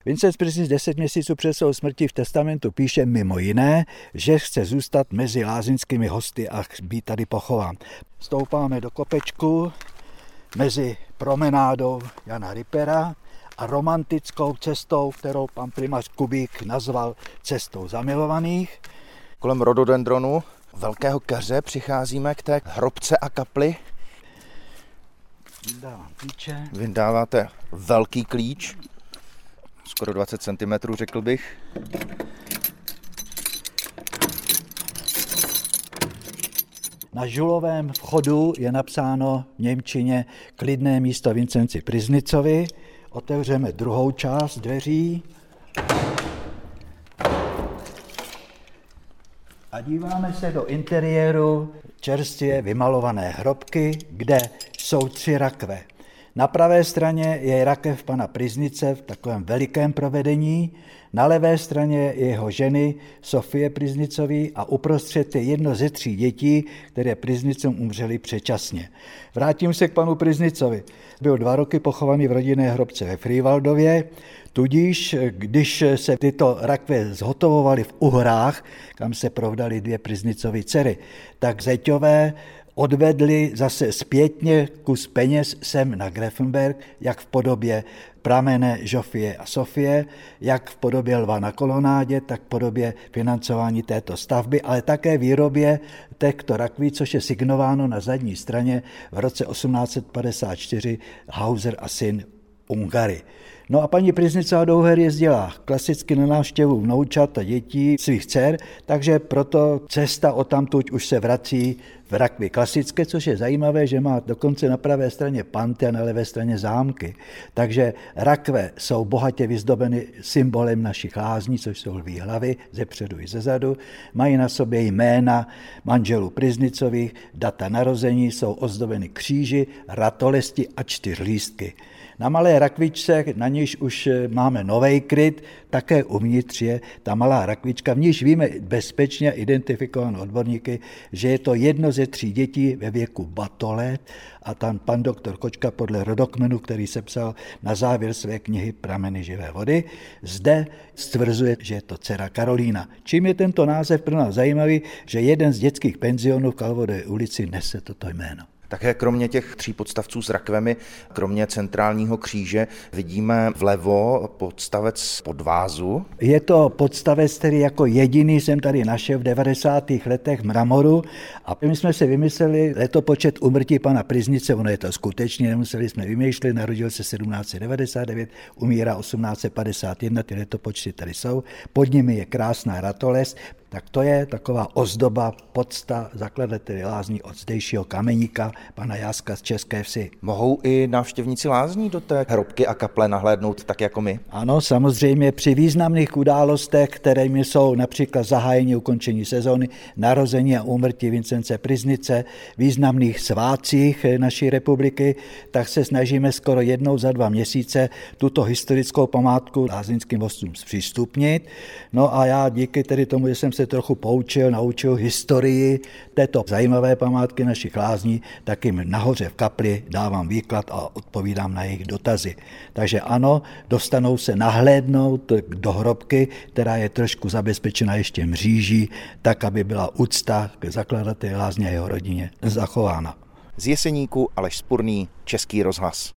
Vincent Priznitz 10 měsíců před svou smrtí v testamentu píše mimo jiné, že chce zůstat mezi lázeňskými hosty a být tady pochován. Stoupáme do kopečku mezi promenádou Jana Rippera a romantickou cestou, kterou pan primář Kubík nazval cestou zamilovaných. Kolem rododendronu velkého keře přicházíme k té hrobce a kapli. Vyndáváte velký klíč, skoro 20 cm, řekl bych. Na žulovém vchodu je napsáno v němčině klidné místo Vincenci Priznitzovi. Otevřeme druhou část dveří a díváme se do interiéru čerstvě vymalované hrobky, kde jsou 3 rakve. Na pravé straně je rakev pana Priznitze v takovém velikém provedení, na levé straně je jeho ženy Sofie Priznitzové a uprostřed je jedno ze 3 dětí, které Priznitzům umřeli předčasně. Vrátím se k panu Priznitzovi. Byl 2 roky pochovaný v rodinné hrobce ve Frývaldově, tudíž, když se tyto rakve zhotovovaly v Uhrách, kam se provdaly 2 Priznitzovy dcery, tak zeťové odvedli zase zpětně kus peněz sem na Grafenberg, jak v podobě pramene Žofie a Sofie, jak v podobě lva na kolonádě, tak v podobě financování této stavby, ale také výrobě těchto rakví, což je signováno na zadní straně v roce 1854 Hauser a syn Ungary. No a paní Priznitzová do Uher jezdila klasicky na návštěvu vnoučat a dětí svých dcer, takže proto cesta odtamtud už se vrací v rakvi klasické, což je zajímavé, že má dokonce na pravé straně panty a na levé straně zámky. Takže rakve jsou bohatě vyzdobeny symbolem našich lázní, což jsou lví hlavy, zepředu i zezadu. Mají na sobě jména manželů Priznitzových, data narození, jsou ozdobeny kříži, ratolesti a 4 lístky. Na malé rakvičce, na níž už máme nový kryt, také uvnitř je ta malá rakvička, v níž víme bezpečně identifikované odborníky, že je to jedno ze 3 dětí ve věku batolet a tam pan doktor Kočka podle rodokmenu, který sepsal na závěr své knihy Prameny živé vody, zde stvrzuje, že je to dcera Karolína. Čím je tento název pro nás zajímavý, že jeden z dětských penzionů v Kalvodové ulici nese toto jméno. Také kromě těch 3 podstavců s rakvemi, kromě centrálního kříže, vidíme vlevo podstavec podvázu. Je to podstavec, který jako jediný jsem tady našel v 90. letech mramoru a my jsme si vymysleli letopočet úmrtí pana Priznitze, ono je to skutečně, nemuseli jsme vymýšlet, narodil se 1799, umírá 1851, ty letopočty tady jsou, pod nimi je krásná ratolest, tak to je taková ozdoba, podsta zakladatele lázní od zdejšího kameníka, pana Jáska z České Vsi. Mohou i návštěvníci lázní do té hrobky a kaple nahlédnout tak jako my? Ano, samozřejmě při významných událostech, kterými jsou například zahájení ukončení sezóny, narození a úmrtí Vincence Priznitze, významných svátcích naší republiky, tak se snažíme skoro jednou za 2 měsíce tuto historickou památku lázeňským hostům zpřístupnit. No a já díky tedy tomu, že jsem se trochu naučil historii této zajímavé památky našich lázní, tak jim nahoře v kapli dávám výklad a odpovídám na jejich dotazy. Takže ano, dostanou se nahlédnout do hrobky, která je trošku zabezpečena ještě mříží, tak, aby byla úcta k zakladateli lázně a jeho rodině zachována. Z Jeseníku Aleš Spurný, Český rozhlas.